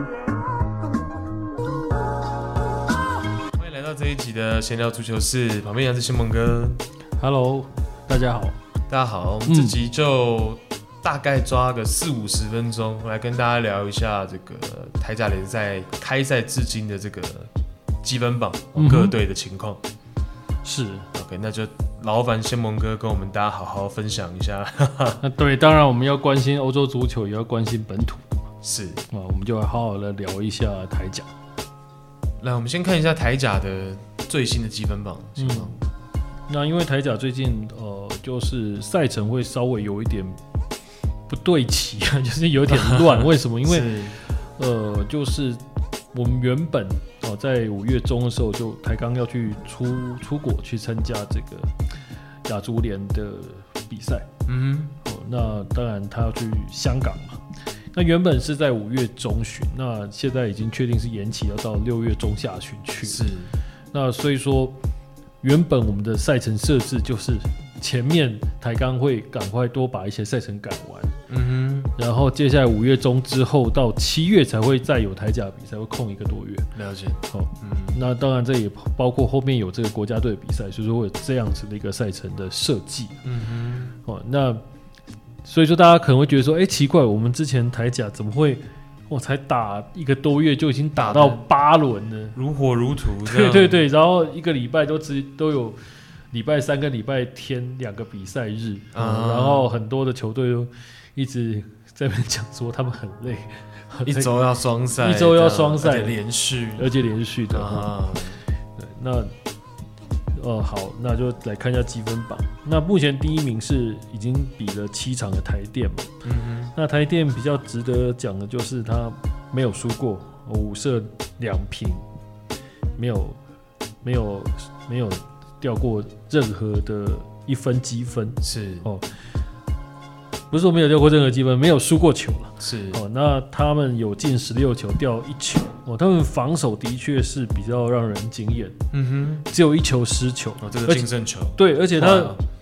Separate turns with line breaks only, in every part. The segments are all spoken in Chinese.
欢迎来到这一集的闲聊足球室，旁边也是新蒙哥。
Hello， 大家好。
大家好，我们这集就大概抓个40-50分钟，来跟大家聊一下这个台甲联赛开赛至今的这个积分榜各队的情况。
是
OK， 那就劳烦先蒙哥跟我们大家好好分享一下。
那对，当然我们要关心欧洲足球，也要关心本土的嘛。
是
啊，我们就来好好的聊一下台甲。
来，我们先看一下台甲的最新的积分榜情况。
那因为台甲最近就是赛程会稍微有一点不对齐，就是有点乱。为什么？因为就是我们原本在5月中的时候，就台钢要去出国去参加这个亚足联的比赛。那当然他要去香港嘛。那原本是在5月中旬，那现在已经确定是延期，要到6月中下旬去。
是。
那所以说，原本我们的赛程设置就是前面台钢会赶快多把一些赛程赶完。然后接下来5月中之后到7月才会再有台甲比赛，会空1个多月。
了解。
那当然这也包括后面有这个国家队比赛，所以说会有这样子的一个赛程的设计。那所以说大家可能会觉得说，奇怪，我们之前台甲怎么会才打1个多月就已经打到8轮了，
如火如荼。
对，然后1个礼拜都有礼拜3跟礼拜天2个比赛日，然后很多的球队都一直在那边讲说他们很累，
一周要双赛，而且连续的。
对，那好，那就来看一下积分榜。那目前第1名是已经比了7场的台电嘛。那台电比较值得讲的就是他没有输过，5胜2平，没有掉过任何的1分积分。
是
不是说没有掉过任何积分，没有输过球了。
是
那他们有进16球，掉1球。他们防守的确是比较让人惊艳。只有1球失球。
这个净胜球。
对，而且他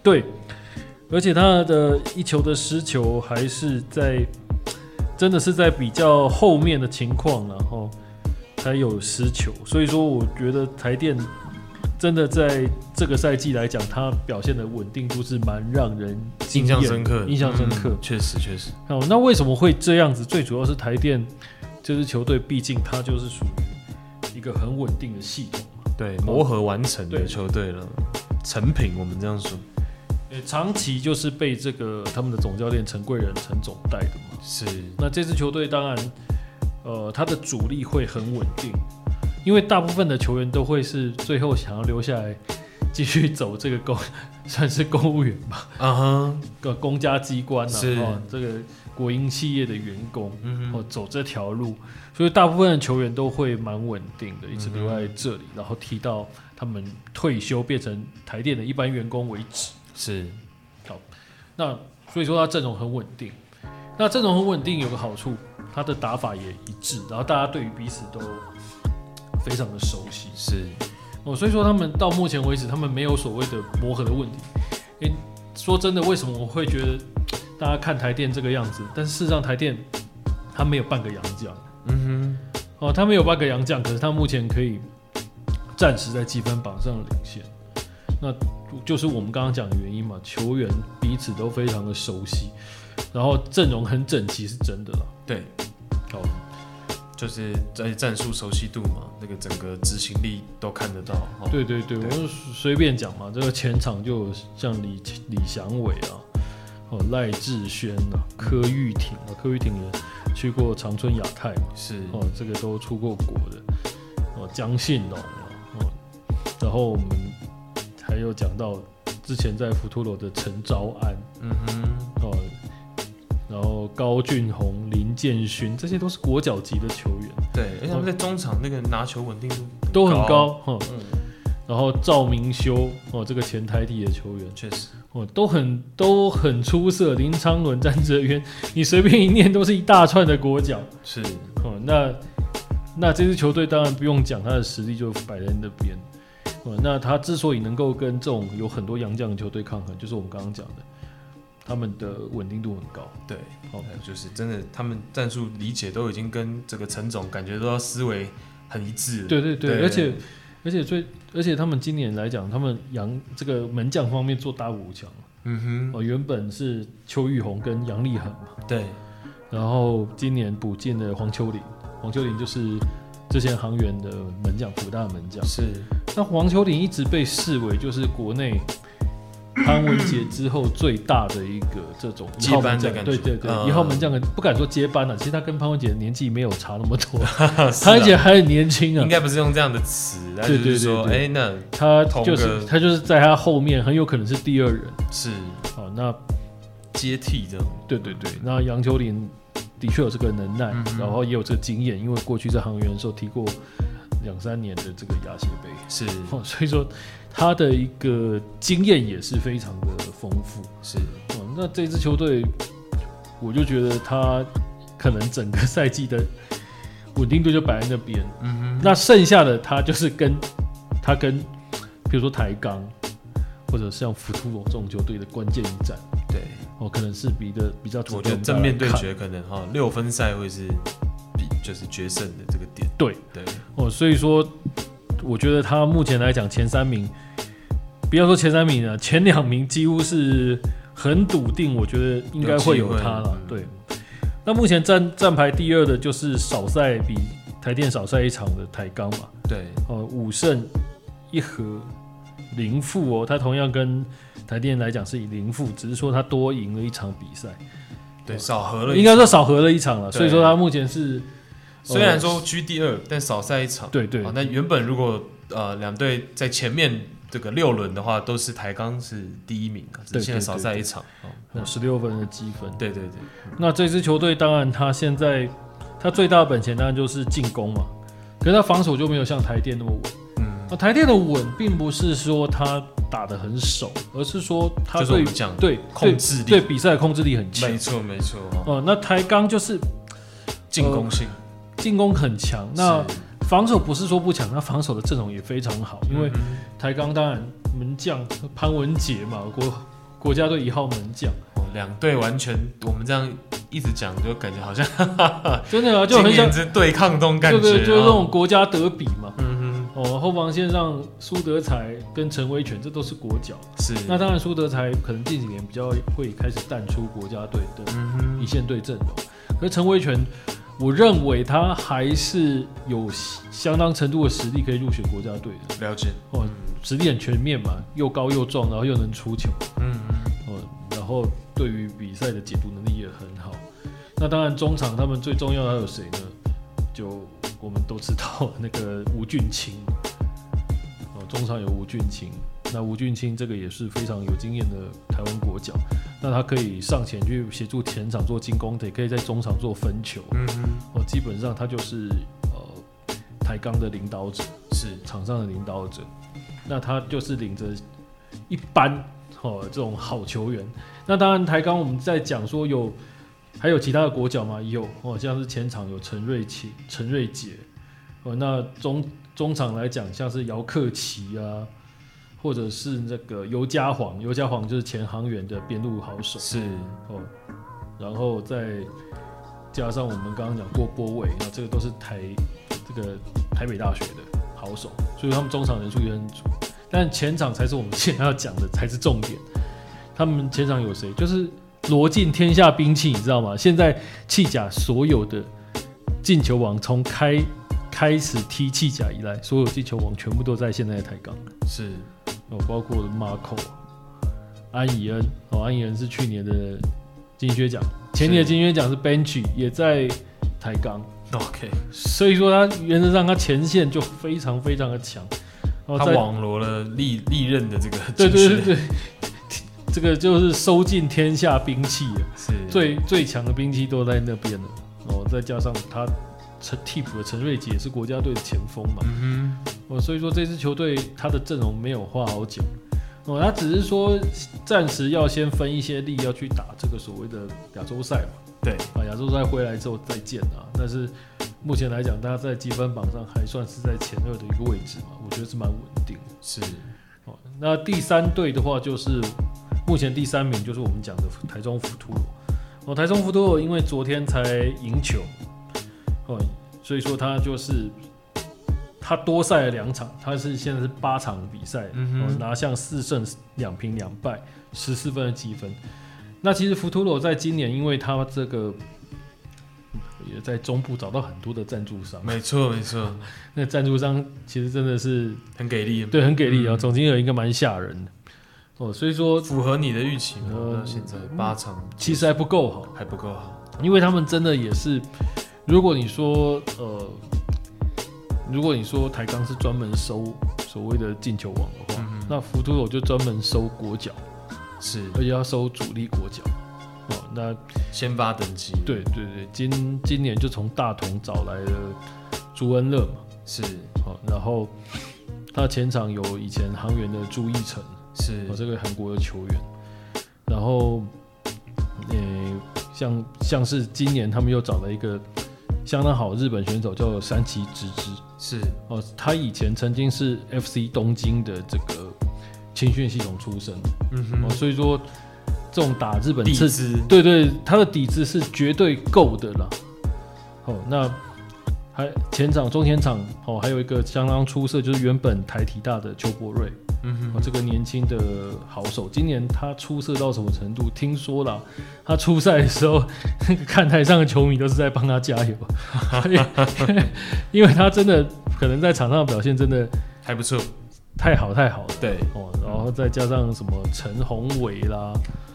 的1球的失球还是真的是在比较后面的情况，然后才有失球。所以说，我觉得台电真的在这个赛季来讲，他表现的稳定度是蛮让人
印象深刻。确实。
那为什么会这样子？最主要是台电这支球队，毕竟它就是属于一个很稳定的系统嘛。
对，磨合完成的球队了，成品我们这样说。
长期就是被这个他们的总教练陈贵仁陈总带的嘛。
是。
那这支球队当然，他的主力会很稳定。因为大部分的球员都会是最后想要留下来继续走这个算是公务员吧，公家机关这个国营企业的员工，走这条路，所以大部分的球员都会蛮稳定的，一直留在这里，然后踢到他们退休变成台电的一般员工为止。
是。
好，那所以说他阵容很稳定。那阵容很稳定有个好处，他的打法也一致，然后大家对于彼此都非常的熟悉。
是。
所以说他们到目前为止，他们没有所谓的磨合的问题。说真的，为什么我会觉得大家看台电这个样子？但是事实上，台电他没有半个洋将。他没有半个洋将，可是他目前可以暂时在积分榜上领先。那就是我们刚刚讲的原因嘛，球员彼此都非常的熟悉，然后阵容很整齐，是真的啦。
对。好。就是在战术熟悉度嘛，那个整个执行力都看得到。
对，我就随便讲嘛，这个前场就有像李祥伟赖志轩柯玉婷也去过长春亚泰嘛，
是
这个都出过国的江信龙然后我们还有讲到之前在福托罗的陈昭安，然后高俊宏、林建勋，这些都是国脚级的球员。
对，而且他们在中场那个拿球稳定度
都很高。然后赵明修这个前台体的球员，
确实
都很出色。林昌伦、詹哲渊，你随便一念都是一大串的国脚。
是。
那这支球队当然不用讲，他的实力就摆在那边。那他之所以能够跟这种有很多洋将的球队抗衡，就是我们刚刚讲的。 他们的稳定度很高。
对，就是真的，他们战术理解都已经跟这个陈总感觉都思维很一致了。
对，而且他们今年来讲，他们这个门将方面做大补强。原本是邱玉宏跟杨立恒嘛，
对，
然后今年补进了黄秋玲，黄秋玲就是之前航员的门将，辅大门将。
是，
那黄秋玲一直被视为就是国内潘文杰之后最大的一个这种
接班的感觉，
对，一号门将不敢说接班了，其实他跟潘文杰的年纪没有差那么多，
潘
文杰还很年轻啊，
应该不是用这样的词，就是说，那
他就是在他后面很有可能是第二人，
是，
那
接替这样，
对，那杨秋玲的确有这个能耐，然后也有这个经验，因为过去在航员的时候踢过2-3年的这个亚协杯，
是，
所以说他的一个经验也是非常的丰富，
是，
那这支球队，我就觉得他可能整个赛季的稳定度就摆在那边，那剩下的他就是跟比如说台钢或者像福图罗这种球队的关键一战，
对，
可能是比较
我觉得正面对决可能6分赛会是就是决胜的这个点，
对，所以说我觉得他目前来讲前3名，不要说前3名了，前2名几乎是很笃定，我觉得应该会有他了。对，那目前站排第2的就是比台电少赛1场的台钢嘛，
对
，5胜1和0负他同样跟台电来讲是以0负，只是说他多赢了1场比赛，
对，少和了，
应该说少和了1场了，所以说他目前是。
虽然说居第2，但少赛1场。
对，
那原本如果两队在前面这个6轮的话，都是台钢是第1名，只是现在少赛1场
，16分的积分。
对。
那这支球队当然他现在他最大的本钱当然就是进攻嘛，可是他防守就没有像台电那么稳。台电的稳并不是说他打得很守，而是说他对
控制力，
对比赛的控制力很强。
没错。
那台钢就是
进攻性。
进攻很强，那防守不是说不强，那防守的阵容也非常好，因为台钢当然门将潘文杰嘛，国家队1号门将，
两队完全我们这样一直讲，就感觉好像
真的就很像
对抗这种感觉，
就是这种国家德比嘛。后防线上苏德才跟陈威权，这都是国脚。
是，
那当然苏德才可能近几年比较会开始淡出国家队的一线队阵容，可是陈威权。我认为他还是有相当程度的实力可以入选国家队的。
了解，
实力很全面嘛，又高又壮，然后又能出球，然后对于比赛的解读能力也很好。那当然中场他们最重要的还有谁呢？就我们都知道那个吴俊卿，中场有吴俊卿。那吴俊卿这个也是非常有经验的台湾国脚，那他可以上前去协助前场做进攻，也可以在中场做分球。基本上他就是台钢的领导者，是场上的领导者。那他就是领着一班这种好球员。那当然台钢我们在讲说还有其他的国脚吗？有像是前场有陈瑞杰，那中场来讲像是姚克奇啊。或者是那个尤家煌就是前航员的边路好手，
是
然后再加上我们刚刚讲过波伟，那这个都是台北大学的好手，所以他们中场人数也很足，但前场才是我们现在要讲的才是重点。他们前场有谁？就是罗晋天下兵器，你知道吗？现在企甲所有的进球王从开始踢企甲以来，所有进球王全部都在现在的台钢，
是。
包括 Marco、安以恩，安以恩是去年的金靴奖，前年的金靴奖是 Bench， 也在台钢。
OK，
所以说他原则上他前线就非常非常的强。
他网罗了历任的这个
对，这个就是收尽天下兵器了，是最强的兵器都在那边了。再加上他替补的陈瑞杰是国家队的前锋嘛，所以说这支球队他的阵容没有话好讲，他只是说暂时要先分一些力要去打这个所谓的亚洲赛嘛，
对
亚洲赛回来之后再见啊。但是目前来讲，他在积分榜上还算是在前2的一个位置嘛，我觉得是蛮稳定的。
是，
那第3队的话就是目前第3名就是我们讲的台中福图罗。台中福图罗因为昨天才赢球，所以说他多赛了2场，他现在是8场比赛，拿下4胜2平2败，14分的积分。那其实福图罗在今年，因为他这个也在中部找到很多的赞助商，
没错，
那赞助商其实真的是
很给力，
对，很给力啊，总金额应该蛮吓人的所以说
符合你的预期吗？现在8场
其实还不够好，因为他们真的也是，如果你说台钢是专门收所谓的进球王的话，那福图罗就专门收国脚，
是，
而且要收主力国脚。那
先发等级，
对，今年就从大同找来了朱恩乐嘛，
是，
然后他前场有以前航员的朱义成，
是，
这个韩国的球员，然后像是今年他们又找了一个相当好的日本选手叫山崎直之，
是，
他以前曾经是 FC 东京的这个青训系统出身，所以说这种打日本
底子，
对，他的底子是绝对够的啦。那还前场、中前场还有一个相当出色，就是原本台体大的邱博瑞，这个年轻的好手，今年他出色到什么程度？听说啦，他出赛的时候，那个看台上的球迷都是在帮他加油，因为他真的可能在场上的表现真的
还不错，
太好了。
对，
然后再加上什么陈宏伟啦。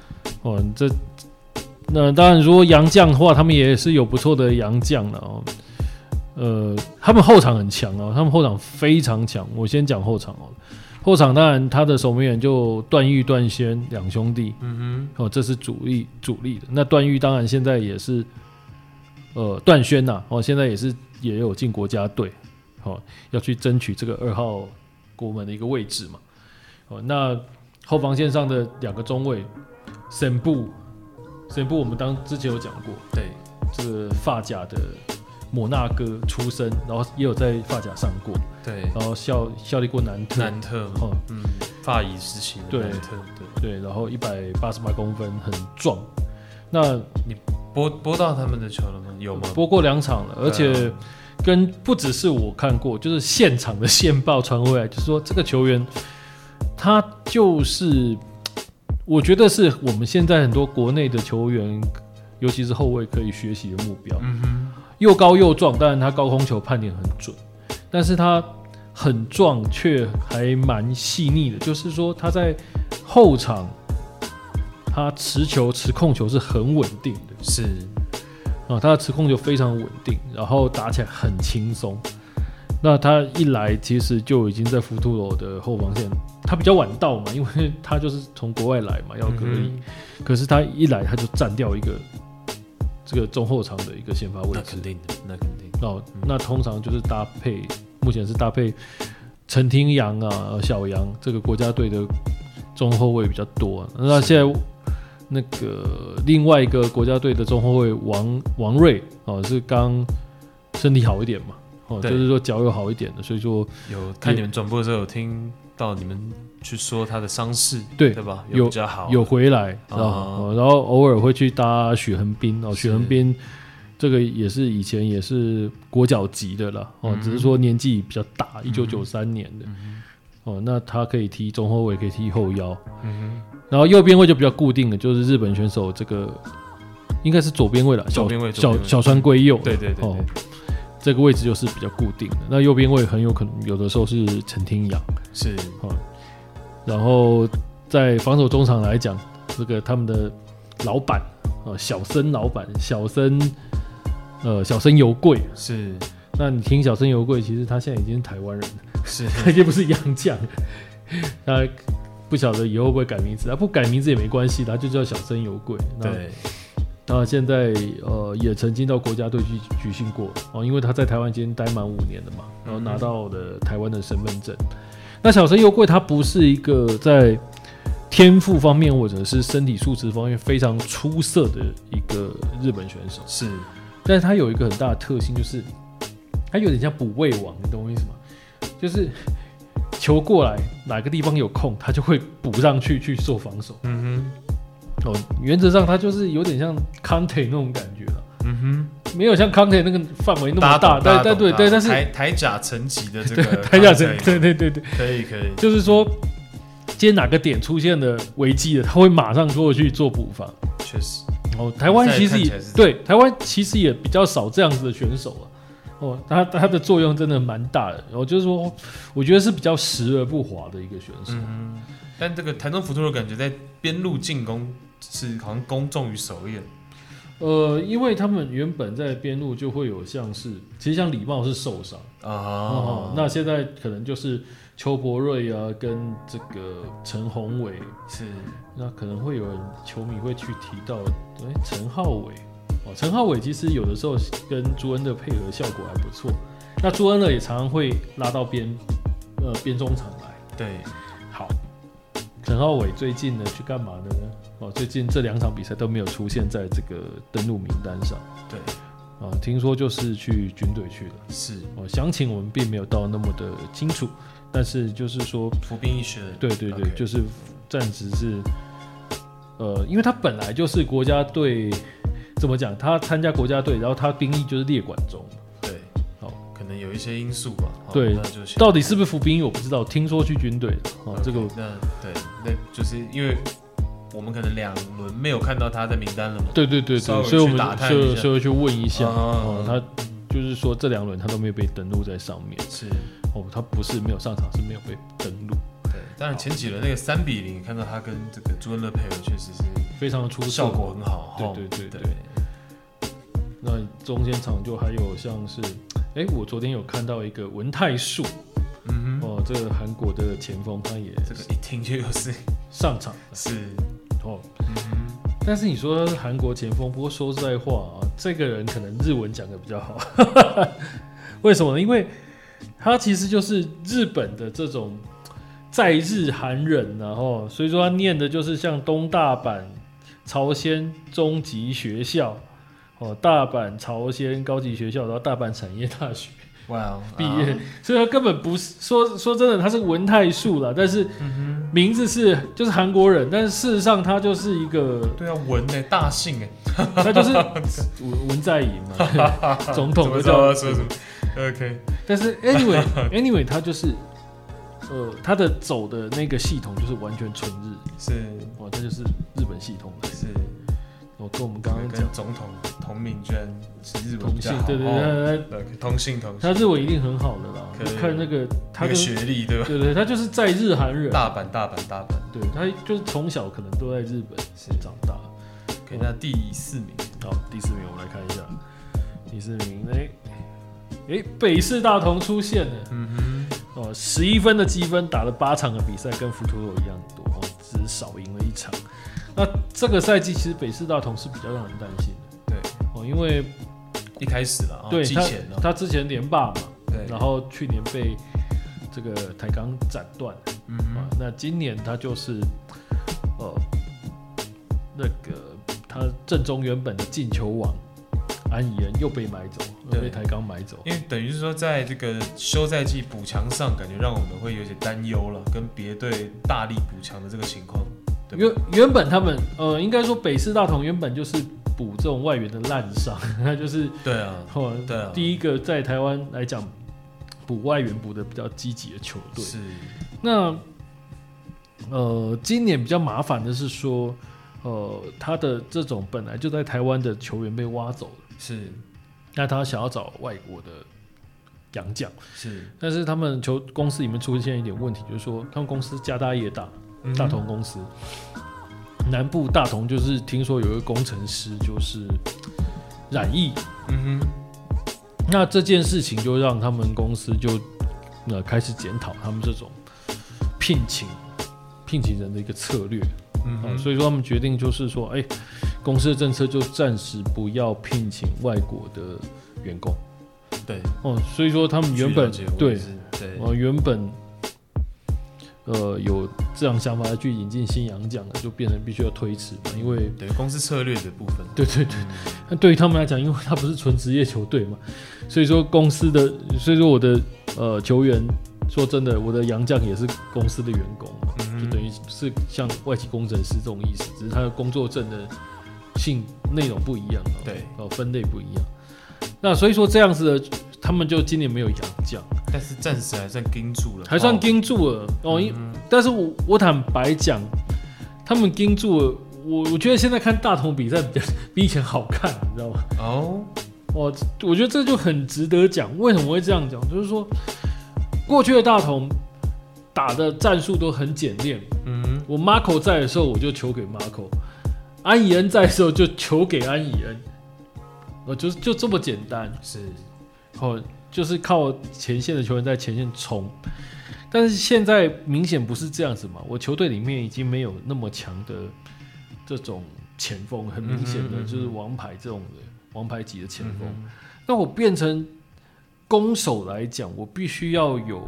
那当然，如果洋将的话，他们也是有不错的洋将了他们后场很强他们后场非常强。我先讲后场后场当然他的守门员就段誉、段轩两兄弟，这是主力的。那段誉当然现在也是段轩现在也有进国家队，要去争取这个2号国门的一个位置嘛。那后防线上的2个中卫。沈布我们之前有讲过，
对，
这个法甲的摩纳哥出身，然后也有在法甲上过，
对，
然后效力过南特，
法乙时期的南特，
对，然后188公分，很壮。那
你播到他们的球了吗？有吗？
播过2场了，而且不只是我看过，就是现场的线报传回来，就是说这个球员他就是。我觉得是我们现在很多国内的球员，尤其是后卫可以学习的目标。又高又壮，当然他高空球判点很准，但是他很壮却还蛮细腻的，就是说他在后场他持控球是很稳定的，
是
他的持控球非常稳定，然后打起来很轻松。那他一来其实就已经在福图罗的后防线，他比较晚到嘛，因为他就是从国外来嘛，要隔离。可是他一来他就占掉一个这个中后场的一个先发位置。
那肯定。
那通常就是目前是搭配陈廷阳小杨这个国家队的中后卫比较多。那现在那个另外一个国家队的中后卫王睿是刚身体好一点嘛。就是说脚又好一点的，所以说
有看你们转播的时候有听到你们去说他的伤势，
对
吧？有比较好，
有回来，然后偶尔会去搭许恒斌许恒斌这个也是以前也是国脚级的啦只是说年纪比较大，1993年的那他可以踢中后卫，可以踢后腰，然后右边卫就比较固定的，就是日本选手这个应该是左边卫了，小川圭佑，
对。
这个位置就是比较固定的，那右边位很有可能有的时候是陈廷阳，
是
然后在防守中场来讲，这个他们的老板小森老板小森油贵
是，
那你听小森油贵，其实他现在已经是台湾人了，
是
他已经不是洋将，他不晓得以后会不会改名字，不改名字也没关系，他就叫小森油贵，
对。
那现在也曾经到国家队去举行过因为他在台湾已经待满5年了嘛，然后拿到了台湾的身份证。那小森优贵他不是一个在天赋方面或者是身体素质方面非常出色的一个日本选手，
是，
但是他有一个很大的特性，就是他有点像补位王，你懂我意思吗？就是球过来哪个地方有空，他就会补上去做防守。原则上他就是有点像康泰那种感觉了。没有像康泰那个范围那么大，对，但是
台甲层级的这个
台甲层，对，
可以，
就是说，今天哪个点出现了危机了，他会马上过去做补防。
确实，
台湾其实台湾其实也比较少这样子的选手了。他的作用真的蛮大的。然后就是说，我觉得是比较时而不华的一个选手。
但这个台中福特的感觉在边路进攻是好像攻重于守一点。
因为他们原本在边路就会有其实像李茂是受伤那现在可能就是邱伯瑞啊，跟这个陈宏伟
是，
那可能会有球迷会去提到，陈浩伟陈浩伟其实有的时候跟朱恩的配合效果还不错，那朱恩呢也常常会拉到边中场来。
对，
好，陈浩伟最近呢去干嘛的呢？最近这2场比赛都没有出现在这个登录名单上。
对，
听说就是去军队去了。
是，
详情我们并没有到那么的清楚，但是就是说
服兵役学，
对，就是暂时是，因为他本来就是国家队，怎么讲？他参加国家队，然后他兵役就是列管中。
对，可能有一些因素吧。
对，到底是不是服兵役我不知道，听说去军队了。这个
那就是因为我们可能2轮没有看到他的名单了嘛。对，
所以我们就去问一下，他就是说这2轮他都没有被登录在上面。
是，
他不是没有上场，是没有被登录。
对，当然前几轮那个3-0，看到他跟这个朱恩乐配合确实是
非常的出色，
效果很好。
对。那中间场就还有像是，我昨天有看到一个文泰树，这个韩国的前锋，他也
这个一听就又是
上场
是
但是你说韩国前锋，不过说实在话这个人可能日文讲的比较好，为什么呢？因为他其实就是日本的这种在日韩人所以说他念的就是像东大阪朝鲜中级学校，大阪朝鲜高级学校，然后大阪产业大学毕业，所以他根本不是说真的，他是文泰树啦，但是名字就是韩国人，但是事实上他就是一个
文大姓
他就是文在寅嘛，总统都叫
说什么 ？OK，
但是 anyway 他就是他的走的那个系统就是完全纯日，
是
这就是日本系统的，
是。
跟我们刚刚讲
总统同名居然是日文
同姓，对，
同姓，
他日文一定很好的啦。看那个他的
学历，对吧？
对，他就是在日韩人。
大阪，
对，他就是从小可能都在日本长大。
看一下第4名，
好，第4名我们来看一下，第4名北市大同出现了，11分的积分，打了8场的比赛，跟福图罗一样多，只少赢了1场。那这个赛季其实北市大同是比较让人担心的，
对，
因为
一开始了，
对，他之前连霸嘛，对，然后去年被这个台钢斩断，那今年他就是那个他正中原本的进球王安以恩又被买走，又被台钢买走，
因为等于是说在这个休赛季补强上，感觉让我们会有些担忧了，跟别队大力补强的这个情况。
原本他们应该说北市大同原本就是补这种外援的烂伤，那就是
对啊，
第一个在台湾来讲补外援补的比较积极的球队。
是，
那今年比较麻烦的是说，他的这种本来就在台湾的球员被挖走了，
是，
那他想要找外国的洋将，
是，
但是他们公司里面出现一点问题，就是说他们公司家大业大。大同公司南部大同就是听说有一个工程师就是染疫，那这件事情就让他们公司就开始检讨他们这种聘请人的一个策略，所以说他们决定就是说，公司的政策就暂时不要聘请外国的员工，
对，
所以说他们原本原本有这样想法去引进新洋将的，就变成必须要推迟嘛，因为
对公司策略的部分，
对，那对于他们来讲，因为他不是纯职业球队嘛，所以说我的球员说真的，我的洋将也是公司的员工嘛，就等于是像外籍工程师这种意思，只是他的工作证的内容不一样，
对，
分类不一样。那所以说这样子的，他们就今年没有洋将，
但是暂时还算盯住了，
还算盯住了但是我坦白讲，他们盯住了，我觉得现在看大同比赛比以前好看，你知道吗？我觉得这就很值得讲。为什么会这样讲？就是说，过去的大同打的战术都很简练。我 Marco 在的时候，我就球给 Marco； 安以恩在的时候，就球给安以恩。就这么简单。
是，
就是靠前线的球员在前线冲。但是现在明显不是这样子嘛，我球队里面已经没有那么强的这种前锋，很明显的就是王牌这种的王牌级的前锋。那我变成攻守来讲，我必须要有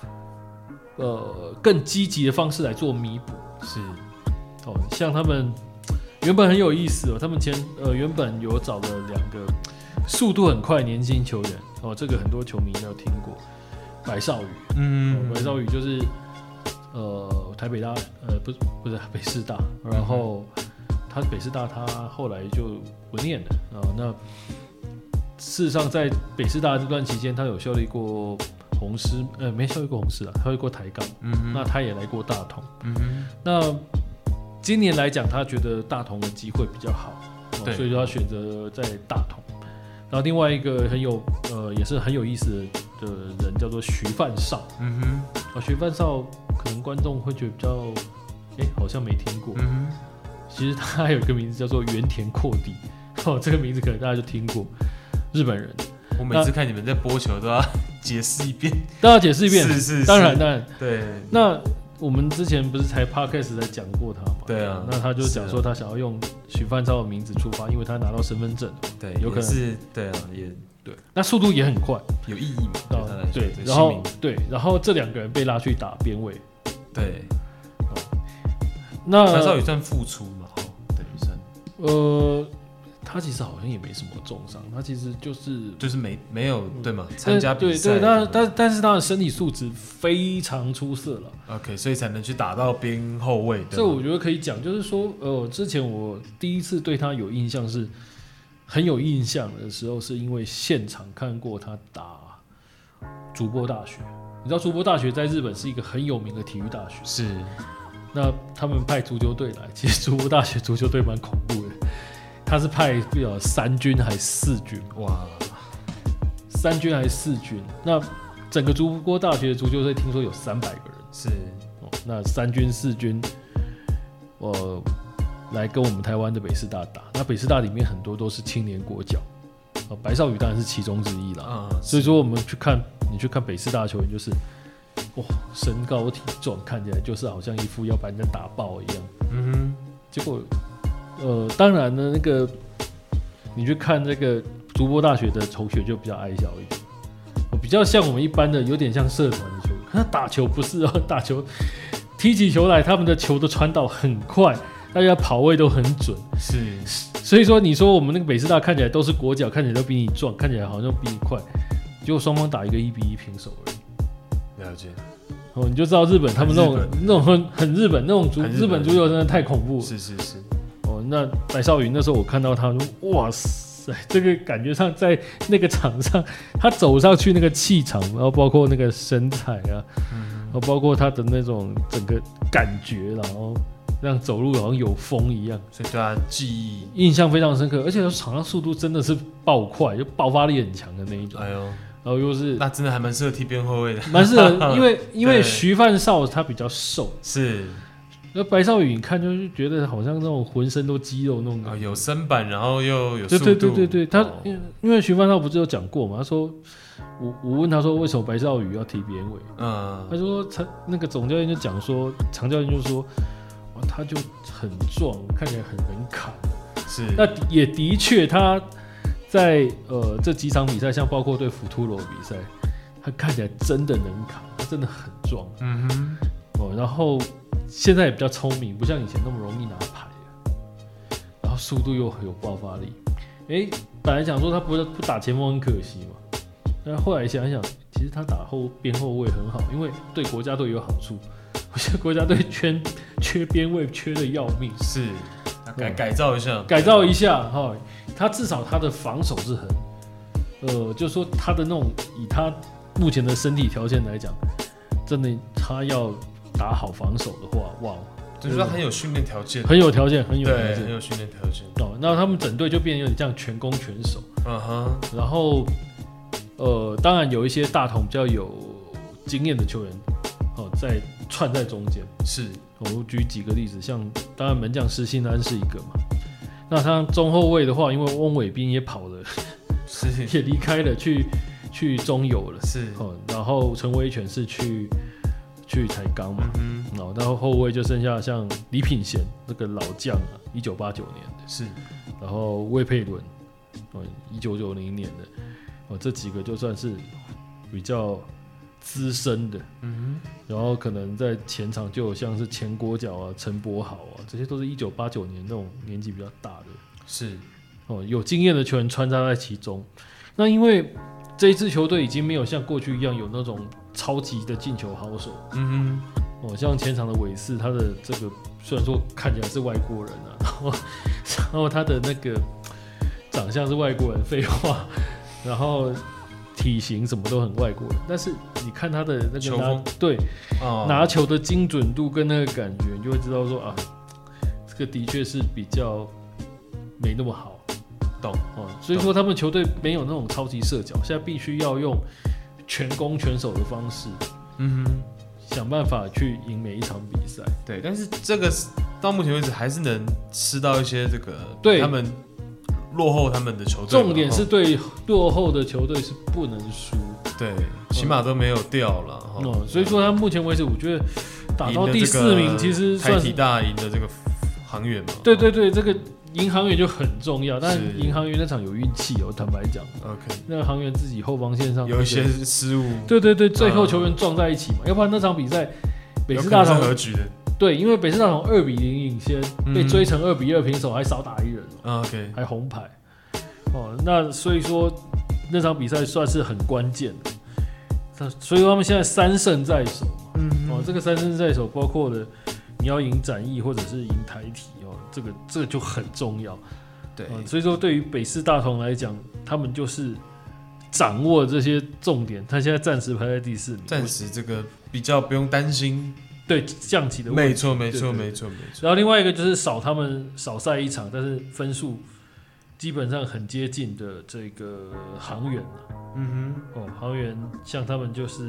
更积极的方式来做弥补。
是，
像他们原本很有意思他们原本有找了2个速度很快年轻球员这个很多球迷应该有听过。白少宇，白少宇就是台北大不是北师大，然后他北师大他后来就不念了那事实上在北师大这段期间，他有效力过红狮，没效力过红狮啊，效力过台钢，那他也来过大同，那今年来讲，他觉得大同的机会比较好，所以他选择在大同。然后另外一个也是很有意思的人叫做徐范少，徐范少可能观众会觉得比较，好像没听过，其实他还有一个名字叫做原田阔地，这个名字可能大家就听过，日本人。
我每次看你们在播球都要解释一遍，
是，当然，
对。
那我们之前不是才 podcast 才讲过他嘛？
对啊。
那他就讲说他想要用许范超的名字出发，因为他拿到身份证，
对，
有可能
是，对啊，也对。
那速度也很快，
有意义嘛？
对，然后这2个人被拉去打边卫，
对。
那
范少也算复出嘛？等于算。
他其实好像也没什么重伤，他其实就是
没有对吗？参加比赛，
但是他的身体素质非常出色了。
OK， 所以才能去打到边后卫。
这我觉得可以讲，就是说，之前我第一次对他有印象是很有印象的时候，是因为现场看过他打筑波大学。你知道筑波大学在日本是一个很有名的体育大学，
是。
那他们派足球队来，其实筑波大学足球队蛮恐怖的。他是派3军还是4军？哇，3军还是4军？那整个筑波大学的足球队听说有300个人，
是
那3军4军，来跟我们台湾的北师大打。那北师大里面很多都是青年国脚，白少宇当然是其中之一啦。所以说我们你去看北师大的球员，就是身高体壮，看起来就是好像一副要把人家打爆一样。结果。当然呢，你去看那个筑波大学的同学就比较矮小一点，比较像我们一般的，有点像社团的球员。可是打球不是打球踢起球来，他们的球的传导很快，大家跑位都很准。是，所以说你说我们那个北师大看起来都是国脚，看起来都比你壮，看起来好像比你快，结果双方打一个1-1平手而已。
了解。
你就知道日本他们那种很日本那种日本足球真的太恐怖了。
是。
那白少宇那时候我看到他说，哇塞，这个感觉上在那个场上，他走上去那个气场，然后包括那个身材啊，然后包括他的那种整个感觉，然后让走路好像有风一样，
所以对他记忆
印象非常深刻，而且场上速度真的是爆快，就爆发力很强的那一种。然后又是
那真的还蛮适合踢边后卫的，
蛮适合，因为徐范少他比较瘦，
是。
那白少宇，你看就是觉得好像那种浑身都肌肉那种感觉，
有身板，然后又有速度。
对，他因为徐范少不是有讲过嘛？他说我问他说为什么白少宇要踢边卫？他说那个总教练就讲说，常教练就说，他就很壮，看起来很能扛。是，那也的确他在这几场比赛，像包括对福图罗比赛，他看起来真的能扛，他真的很壮。然后。现在也比较聪明，不像以前那么容易拿牌，然后速度又有爆发力。本来想说他不打前锋很可惜嘛， 但后来想一想，其实他打边后卫很好，因为对国家队有好处。我觉得国家队缺边卫缺的要命，
是改造一下，
哈，他至少他的防守是就是说他的那种以他目前的身体条件来讲，真的他要打好防守的话，哇，
就是他很有训练条件，
很有训练条件哦。那他们整队就变得有点像全攻全守，然后当然有一些大同比较有经验的球员，在串在中间。
是，
我举几个例子，像当然门将施信安是一个嘛。那他中后卫的话，因为翁伟斌也跑了，也离开了，去中游了，
是。
然后陈威全是去台钢嘛，然后后卫就剩下像李品贤那个老将啊，1989年的，
是。
然后魏佩伦，1990年的，这几个就算是比较资深的，然后可能在前场就有像是钱国角啊、陈柏豪啊，这些都是1989年那种年纪比较大的，
是
有经验的球员穿插在其中。那因为这一支球队已经没有像过去一样有那种超级的进球好手，像前场的韦斯，他的这个虽然说看起来是外国人啊，然后他的那个长相是外国人，废话，然后体型什么都很外国人，但是你看他的那个拿球的精准度跟那个感觉，你就会知道说啊，这个的确是比较没那么好，
懂
所以说他们球队没有那种超级射脚，现在必须要用全攻全守的方式，想办法去赢每一场比赛。
对，但是这个到目前为止还是能吃到一些这个他们落后他们的球队，
重点是对落后的球队是不能输，
对，起码都没有掉了。
所以说他目前为止，我觉得打到第4名，其实算
台体大赢的这个航员嘛。
对，这个赢航员就很重要，但赢航员那场有运气哦，坦白讲。
OK，
那个航员自己后防线上
有一些失误。
对，最后球员撞在一起嘛，要不然那场比赛北师大同
和局的。
对，因为北师大同2-0领先，被追成2-2平手，还少打一人
，OK，
还红牌。那所以说那场比赛算是很关键的。所以说他们现在3胜在手嘛，这个3胜在手包括了你要赢展翼或者是赢台体这个就很重要。
对，
所以说对于北师大同来讲，他们就是掌握这些重点，他现在暂时排在第4名，
暂时这个比较不用担心。
对降级的问题，
没错。
然后另外一个就是他们少赛一场，但是分数基本上很接近的这个航员航员像他们就是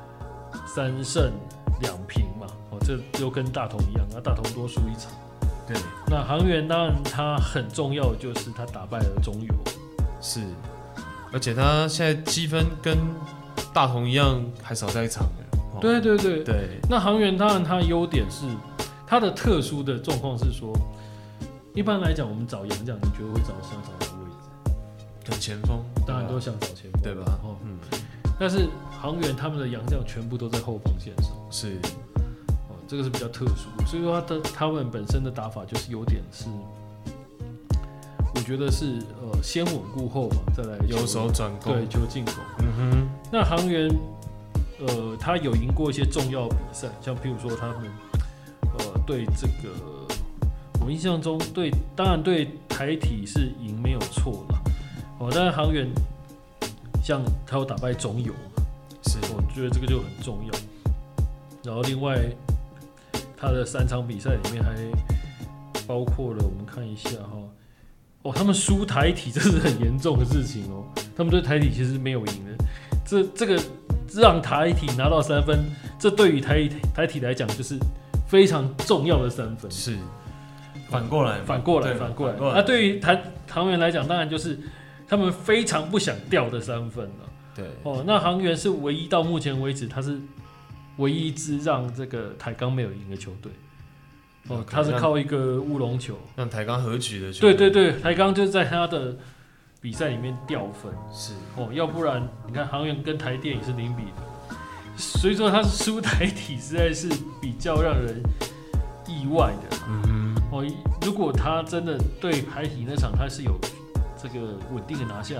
3胜2平嘛，这又跟大同一样，大同多输一场。
对，
那航员当然他很重要，就是他打败了中游，
是，而且他现在积分跟大同一样，还少在一场的。
对。那航员当然他的优点是他的特殊的状况是说，一般来讲我们找洋将，你觉得会找哪个位置？
很前锋，
当然都想找前锋，
对吧？
但是航员他们的洋将全部都在后防线上，
是，
这个是比较特殊，所以说他们本身的打法就是有点是，我觉得是先稳固后防，再来
由守转攻，
对，求进攻。那航员他有赢过一些重要比赛，像譬如说他们对这个我印象中当然对台体是赢没有错啦，但是航员像他有打败中游嘛，
是，
我觉得这个就很重要。然后另外他的3场比赛里面还包括了，我们看一下他们输台体这是很严重的事情他们对台体其实没有赢的，这个让台体拿到3分，这对于台体来讲就是非常重要的3分。
是，反过来。
那对于航员来讲，当然就是他们非常不想掉的3分了。
对，
那航员是唯一到目前为止，他是唯一一支让这个台钢没有赢的球队。他是靠一个乌龙球
让台钢和局的球队。
对，台钢就是在他的比赛里面掉分，
是
要不然你看航员跟台电也是0-0，所以说他输台体实在是比较让人意外的。如果他真的对台体那场他是有这个稳定的拿下来，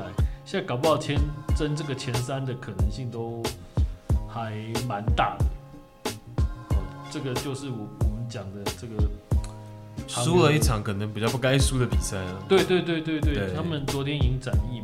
现在搞不好争这个前3的可能性都还蛮大的。这个就是我们讲的这个
输了一场可能比较不该输的比赛啊。
对，他们昨天赢展翼嘛，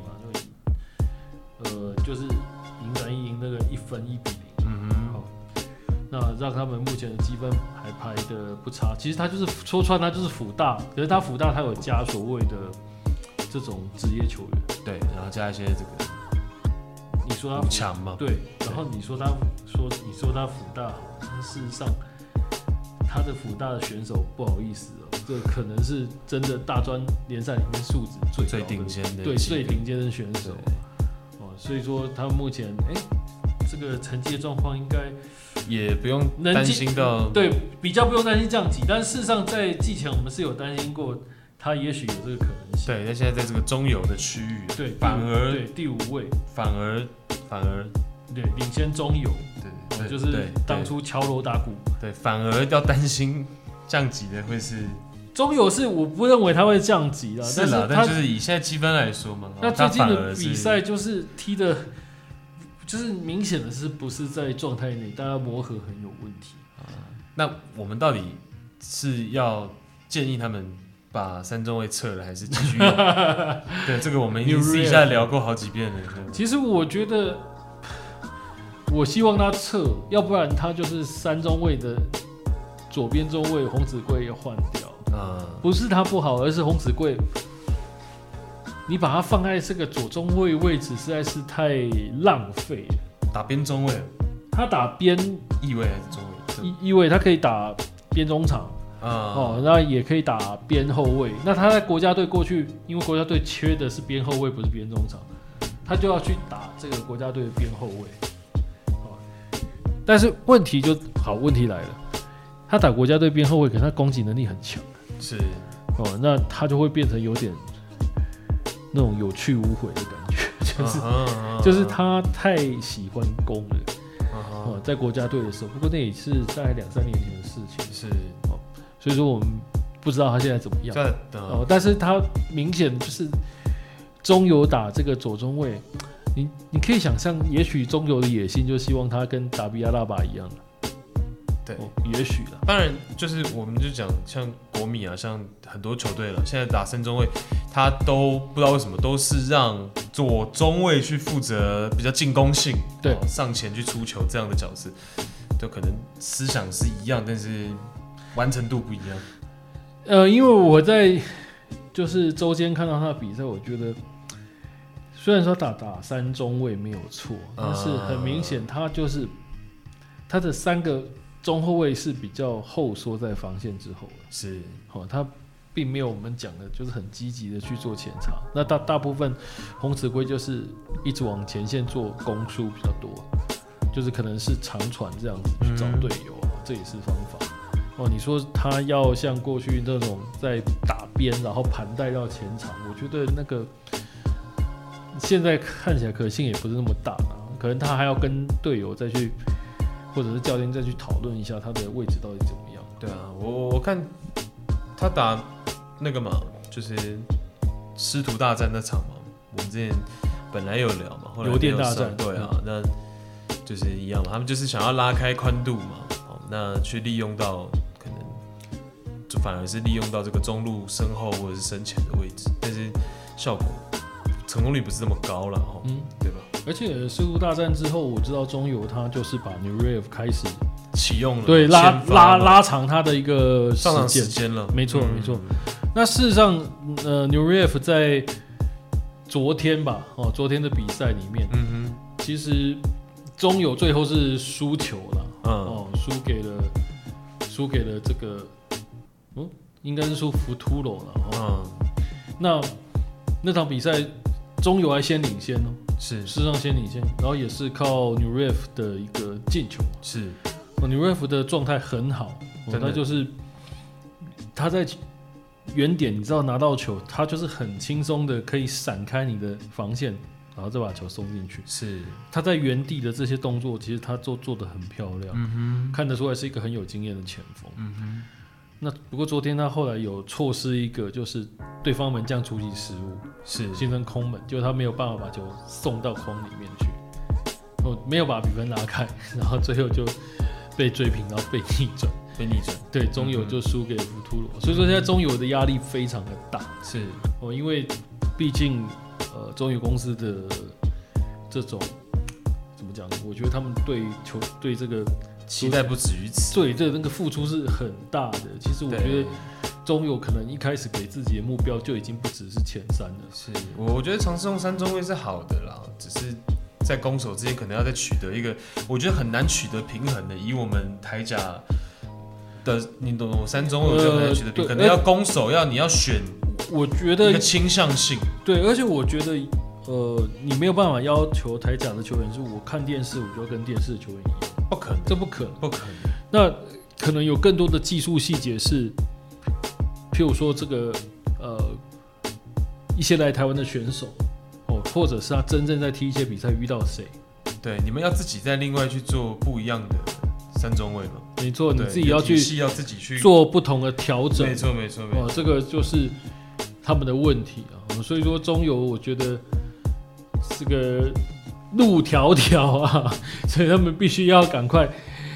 就是赢展翼赢那个1分1比0。那让他们目前的积分还排的不差。其实他就是说穿，他就是辅大，可是他辅大他有加所谓的这种职业球员，
对，然后加一些这个，
你说他
补强嘛，
对，然后你说他辅大好，但事实上他的辅大的选手不好意思哦，这可能是真的大专联赛里面素质最
顶尖的，
对，最顶尖的选手哦，所以说他们目前这个成绩的状况应该
也不用担心到，
对，比较不用担心降级，但事实上在季前我们是有担心过，他也许有这个可能性。
对，但现在在这个中游的区域，
对，
反而
对第5位，
反而
对领先中游，
对，
就是当初敲锣打鼓，
对，反而要担心降级的会是
中游，是我不认为他会降级啦，
是啦，但就是以现在积分来说嘛，
那最近的比赛就是踢的。就是明显的是不是在状态内，大家磨合很有问题
那我们到底是要建议他们把3中卫撤了，还是继续用？对，这个我们已经私底下聊过好几遍了。
其实我觉得，我希望他撤，要不然他就是3中卫的左边中卫洪子贵要换掉。不是他不好，而是洪子贵。你把他放在这个左中卫位置实在是太浪费了。
打边中卫，
他打边
翼位还是中卫？
翼位他可以打边中场那也可以打边后卫。那他在国家队过去，因为国家队缺的是边后卫，不是边中场，他就要去打这个国家队的边后卫。但是问题来了，他打国家队边后卫，可是他攻击能力很强，
是
那他就会变成有点。那种有去无回的感觉，就是他太喜欢攻了，在国家队的时候，不过那也是在2-3年前的事情，
是
所以说我们不知道他现在怎么样，但是他明显就是中游打这个左中卫，你可以想象，也许中游的野心就希望他跟达比亚拉巴一样
对，
也许啦。
当然，就是我们就讲像国米啊，像很多球队了，现在打3中卫，他都不知道为什么都是让左中卫去负责比较进攻性，
对，
上前去出球这样的角色，就可能思想是一样，但是完成度不一样。
因为我在就是周间看到他的比赛，我觉得虽然说打3中卫没有错，但是很明显他就是他的3个。中后卫是比较后缩在防线之后的，
是，
他并没有我们讲的，就是很积极的去做前插。那大部分洪子圭就是一直往前线做攻输比较多，就是可能是长传这样子去找队友，这也是方法。你说他要像过去那种在打边然后盘带到前场，我觉得那个现在看起来可信也不是那么大啦，可能他还要跟队友再去。或者是教练再去讨论一下他的位置到底怎么样？
对啊，我看他打那个嘛，就是师徒大战那场嘛，我们之前本来有聊嘛，后来
邮电大战，
对啊，那就是一样嘛，他们就是想要拉开宽度嘛，那去利用到可能就反而是利用到这个中路身后或者是身前的位置，但是效果成功率不是这么高了，对吧？
而且师徒大战之后，我知道中游他就是把 Nureyev 开始
启用了，
对，拉长他的一个
上场时间了，
没错没错。那事实上，Nureyev 在昨天的比赛里面，其实中游最后是输球了，输给了这个，应该是输福图罗了，那场比赛中游还先领先哦。事实上先领先，然后也是靠 Nureyev 的一个进球。
是
，Nureyev 的状态很好，他就是他在原点，你知道拿到球，他就是很轻松的可以闪开你的防线，然后再把球送进去。
是，
他在原地的这些动作，其实他都做得很漂亮，看得出来是一个很有经验的前锋。 那不过昨天他后来有错失一个，就是对方门将出击失误，
是
形成空门，就他没有办法把球送到框里面去，没有把比分拉开，然后最后就被追平，然后被逆转。对，中友就输给福图罗，所以说现在中友的压力非常的大，
是
因为毕竟中友公司的这种怎么讲呢？我觉得他们对这个
期待不止于此，
对，这那个付出是很大的。其实我觉得中友可能一开始给自己的目标就已经不只是前3了。
是，我觉得尝试用3中卫是好的啦，只是在攻守之间可能要再取得一个，我觉得很难取得平衡的。以我们台甲的，你懂我3中卫，我觉得很难取得平衡，可能要攻守你要选，
我觉得
一个倾向性。
对，而且我觉得你没有办法要求台甲的球员是我看电视我就要跟电视的球员一样，
不可能，
这不可能，
不可能。
那可能有更多的技术细节是，譬如说这个一些来台湾的选手或者是他真正在踢一些比赛遇到谁，
对，你们要自己再另外去做不一样的3中卫嘛？
没错，你自己要去
自己去
做不同的调整。
没错。
这个就是他们的问题啊。所以说中游我觉得这个路迢迢啊，所以他们必须要赶快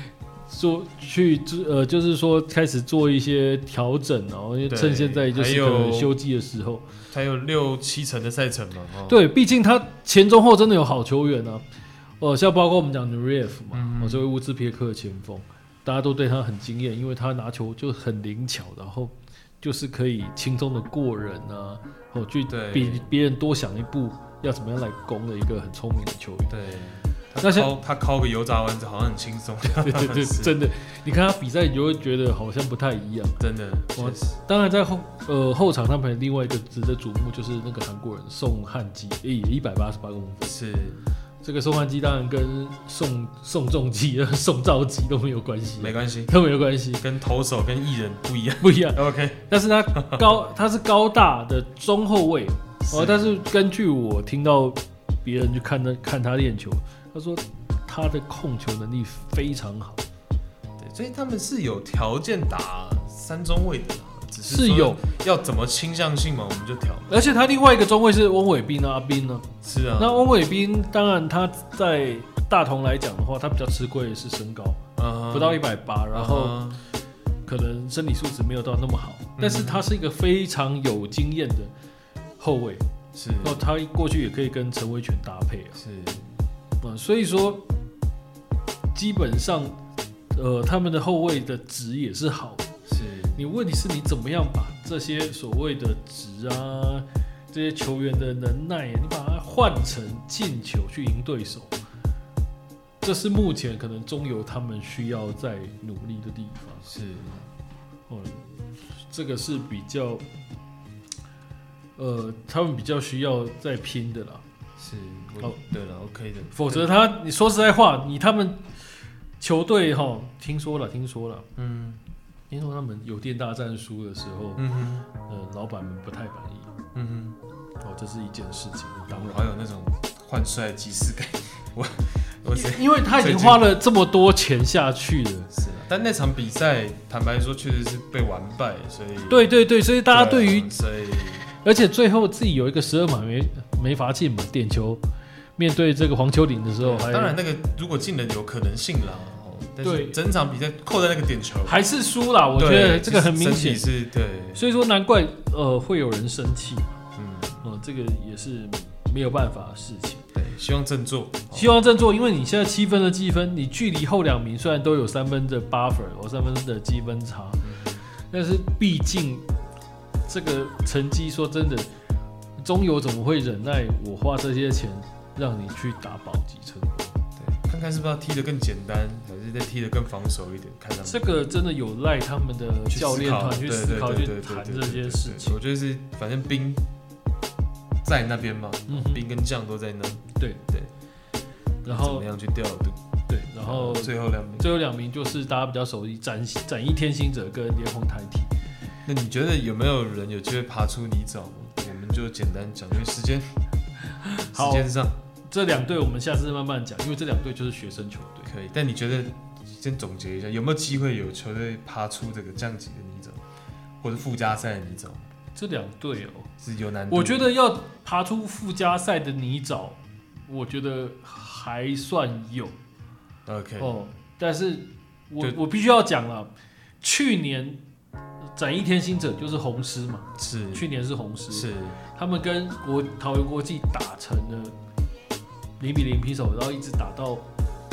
就是说开始做一些调整，然后趁现在就是可能休季的时候，
还有6-7成的赛程嘛。
对，毕竟他前中后真的有好球员啊。像包括我们讲 Nureyev 嘛，这位乌兹别克的前锋，大家都对他很惊艳，因为他拿球就很灵巧，然后就是可以轻松的过人啊，去比别人多想一步，要怎么样来攻的一个很聪明的球员。
对，他敲个油炸丸子好像很轻松。
对，真的，你看他比赛，你就会觉得好像不太一样。
真的，
当然在后场他们另外一个值得瞩目就是那个韩国人宋汉基，188公分。
是。
这个宋汉基当然跟宋仲基、宋兆基都没有关系，
没关系，
都没有关系，
跟投手跟艺人不一样。OK，
但是他是高大的中后卫但是根据我听到别人去看他练球，他说他的控球能力非常好，
对，所以他们是有条件打3中卫的。
是有
要怎么倾向性嘛，我们就调。
而且他另外一个中卫是翁伟斌阿斌呢。
是啊。
那翁伟斌当然他在大同来讲的话，他比较吃亏的是身高，不到180，然后可能身体素质没有到那么好，但是他是一个非常有经验的后卫。
是。
然后他过去也可以跟陈伟权搭配啊。
是。
所以说基本上他们的后卫的质也是好的。你问题是你怎么样把这些所谓的值啊，这些球员的能耐，你把它换成进球去赢对手，这是目前可能中游他们需要再努力的地方。
是，
这个是比较，他们比较需要再拼的啦。
是，对了 ，OK 的。
否则你说实在话，他们球队听说了，听说他们邮电大战输的时候，老板们不太满意，这是一件事情。当然，
还有那种换帅的即视感，
因为他已经花了这么多钱下去了。
是啊，但那场比赛坦白说，确实是被完败，所以
对，所以大家对于，而且最后自己有一个12码没罚进嘛，点球面对这个黄秋岭的时候，
当然那个如果进了有可能性啦。对，整场比赛扣在那个点球
还是输啦，我觉得这个很明显
是对，
所以说难怪会有人生气，这个也是没有办法的事情。
对，希望振作，
因为你现在7分的积分，你距离后2名虽然都有3分的 buffer，3分的积分差，但是毕竟这个成绩说真的，中游怎么会忍耐我花这些钱让你去打保级成功？
看看是不是要踢得更简单，还是再踢得更防守一点？看他们
这个真的有赖他们的教练团去思考、去谈这些事情。
我觉得是，反正兵在那边嘛，兵跟将都在那。对，然后怎么样去调度？
对，然后
最后2
名就是大家比较熟悉，展翼天行者跟连红台体。
那你觉得有没有人有机会爬出泥沼？我们就简单讲，因为时间上。
这2队我们下次慢慢讲，因为这2队就是学生球队。
可以，但你觉得先总结一下，有没有机会有球队爬出这个降级的泥沼，或者附加赛的泥沼？
这两队
是有难度。
我觉得要爬出附加赛的泥沼，我觉得还算有。
OK。
但是我必须要讲了，去年展翼天行者就是红狮嘛，
是
去年是红狮，
是
他们跟桃园国际打成了0-0平手，然后一直打到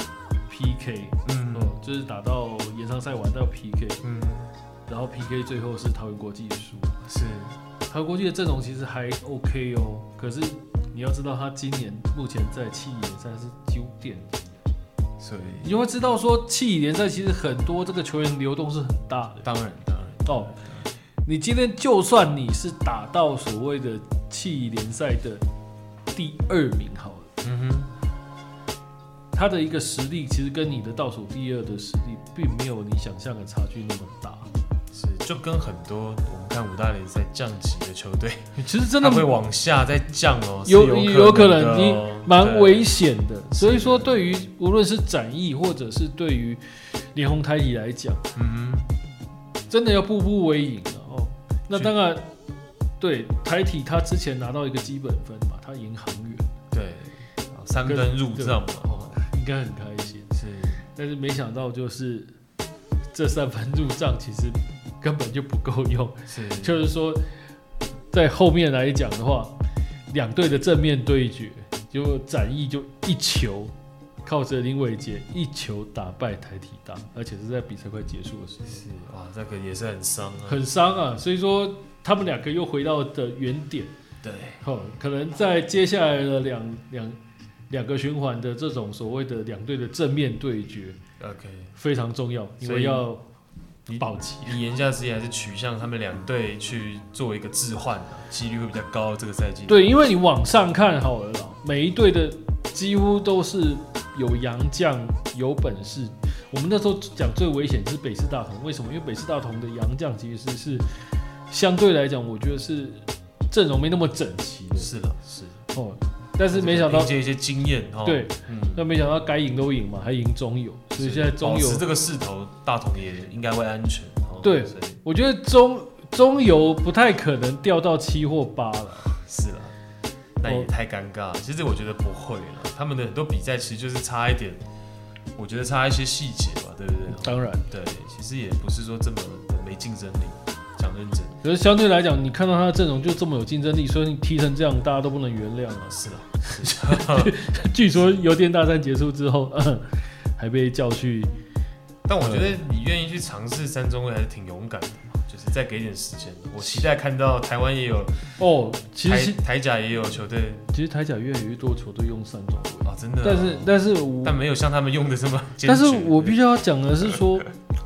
PK， 就是打到延长赛完到 PK， 然后 PK 最后是桃园国际输，
是
桃园国际的阵容其实还 OK 可是你要知道他今年目前在企联赛是几乎垫底。
所以
你就会知道说，企乙联赛其实很多这个球员流动是很大的。
当然
你今天就算你是打到所谓的企乙联赛的第2名好了，他的一个实力其实跟你的倒数第2的实力，并没有你想象的差距那么大。
是，就跟很多我们看5大联赛降级的球队，
其实真的
会往下再降
有可能你蛮危险的。所以说，对于无论是展翼或者是对于联盟台体来讲，真的要步步为营那当然，对台体他之前拿到一个基本分嘛，他赢航远，
对，3分入账嘛，
应该很开心。
是，
但是没想到就是这3分入账其实根本就不够用，就是说在后面来讲的话，两队的正面对决，就展翼就一球靠着林伟杰一球打败台体大，而且是在比赛快结束的时候。
是哇，这个也是很伤啊，
很伤啊。所以说他们2个又回到的原点。
对，
可能在接下来的两个循环的这种所谓的2队的正面对决
，OK，
非常重要，因为要保级。
你言下之意还是取向他们2队去做一个置换，几率会比较高。这个赛季
对，因为你往上看好了啦，每一队的几乎都是有洋将有本事。我们那时候讲最危险是北市大同，为什么？因为北市大同的洋将其实是相对来讲，我觉得是阵容没那么整齐的。
是的，是
但是没想到
凭借一些经验
对，但没想到该赢都赢嘛，还赢中友，所以现在中友
保持这个势头，大同也应该会安全。
对，我觉得中友不太可能掉到7或8了。
是啦，那也太尴尬了。其实我觉得不会了，他们的很多比赛其实就是差一点，我觉得差一些细节吧，对不对？
当然，
对，其实也不是说这么没竞争力，讲认真。
可是相对来讲，你看到他的阵容就这么有竞争力，所以你踢成这样，大家都不能原谅啊。
是啊，
据说邮电大战结束之后，还被叫去。
但我觉得你愿意去尝试3中卫还是挺勇敢的，就是再给点时间。我期待看到台湾也有
其实
台甲也有球队，
其实台甲越来越多球队用3中卫
真的。但没有像他们用的这么坚决。
但是我必须要讲的是说，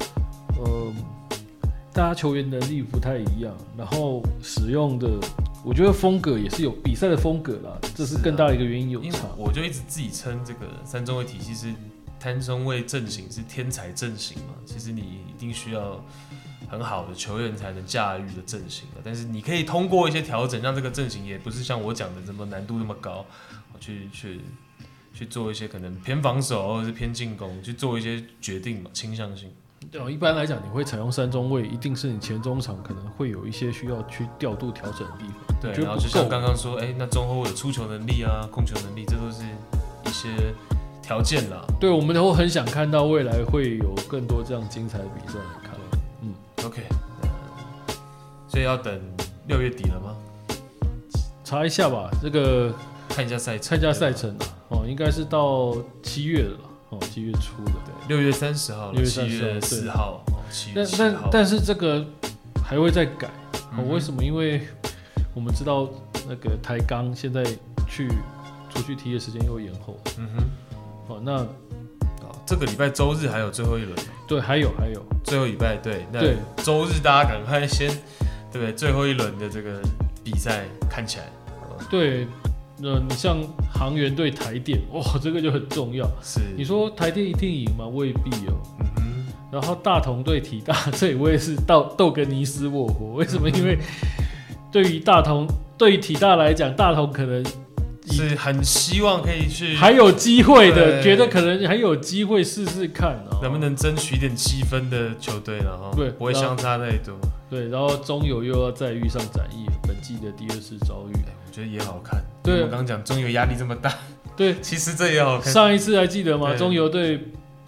大家球员能力不太一样，然后使用的，我觉得风格也是有比赛的风格啦，这是更大的一个原因有差。
我就一直自己称这个3中卫体系是3中卫阵型是天才阵型嘛，其实你一定需要很好的球员才能驾驭的阵型，但是你可以通过一些调整，让这个阵型也不是像我讲的这么难度那么高，去做一些可能偏防守或者是偏进攻，去做一些决定嘛，倾向性。
一般来讲，你会采用3中卫，一定是你前中场可能会有一些需要去调度调整的地方。
对，然后就像刚刚说，那中后卫有出球能力啊，控球能力，这都是一些条件啦。
对，我们都很想看到未来会有更多这样精彩的比赛来看。
OK， 所以要等6月底了吗？
查一下吧，这个
看一下赛程
应该是到7月了。7月初的，
对，6月30号，7月4号，7月7号。
但是这个还会再改，为什么？因为我们知道那个台钢现在出去踢的时间又延后。那
这个礼拜周日还有最后一轮。
对，还有
最后礼拜，对，那周日大家赶快先，对不对？最后一轮的这个比赛看起来，
对。你像航员对台电，这个就很重要。
是，
你说台电一定赢吗？未必哦。然后大同对体大，这我也是斗个你死我活。为什么？因为对于体大来讲，大同可能
是很希望可以去，
还有机会的，觉得可能还有机会试试看，
能不能争取一点积分的球队了
对，
不会相差太多。
对，然后中游又要再遇上展翼，本季的第2次遭遇，
我觉得也好看。
对，
我们刚刚讲中游压力这么大，
对，
其实这也好看。
上一次还记得吗？中游对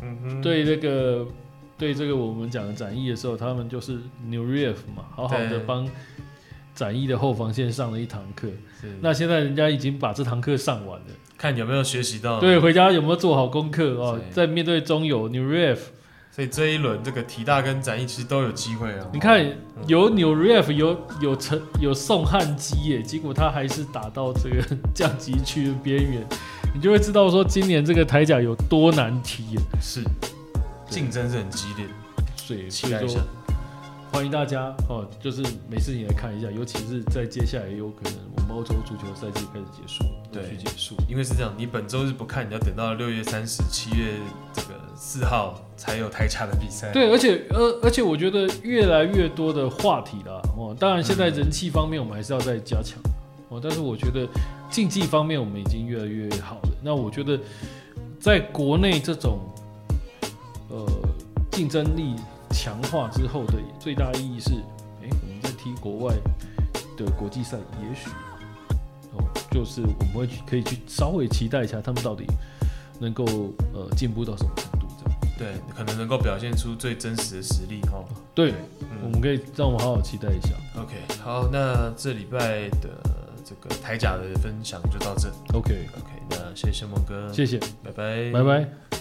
这个我们讲的展翼的时候，他们就是 Nureyev 嘛，好好的帮展翼的后防线上了一堂课。那现在人家已经把这堂课上完了，
看有没有学习到。
对，回家有没有做好功课哦？在面对中游 Nureyev，
所以这一轮这个体大跟展翼其实都有机会啊。
你看有 Nureyev 有宋汉基耶，结果他还是打到这个降级区的边缘，你就会知道说今年这个台甲有多难踢耶。
是。竞争是很激烈，
所以说欢迎大家就是没事情来看一下，尤其是在接下来有可能我们欧洲足球赛季开始结束，对，结束，
因为是这样，你本周日不看，你要等到6月30、7月这个4号才有台甲的比赛。
对，而且我觉得越来越多的话题啦，当然现在人气方面我们还是要再加强但是我觉得竞技方面我们已经越来越好了。那我觉得在国内这种竞争力强化之后的最大意义是，我们在踢国外的国际赛，也许就是我们可以去稍微期待一下，他们到底能够进步到什么程度，这样。
对，可能能够表现出最真实的实力
对，我们可以让我们好好期待一下。
OK， 好，那这礼拜的这个台甲的分享就到这。
OK，
那谢谢孟哥，
谢谢，
拜拜，
拜拜。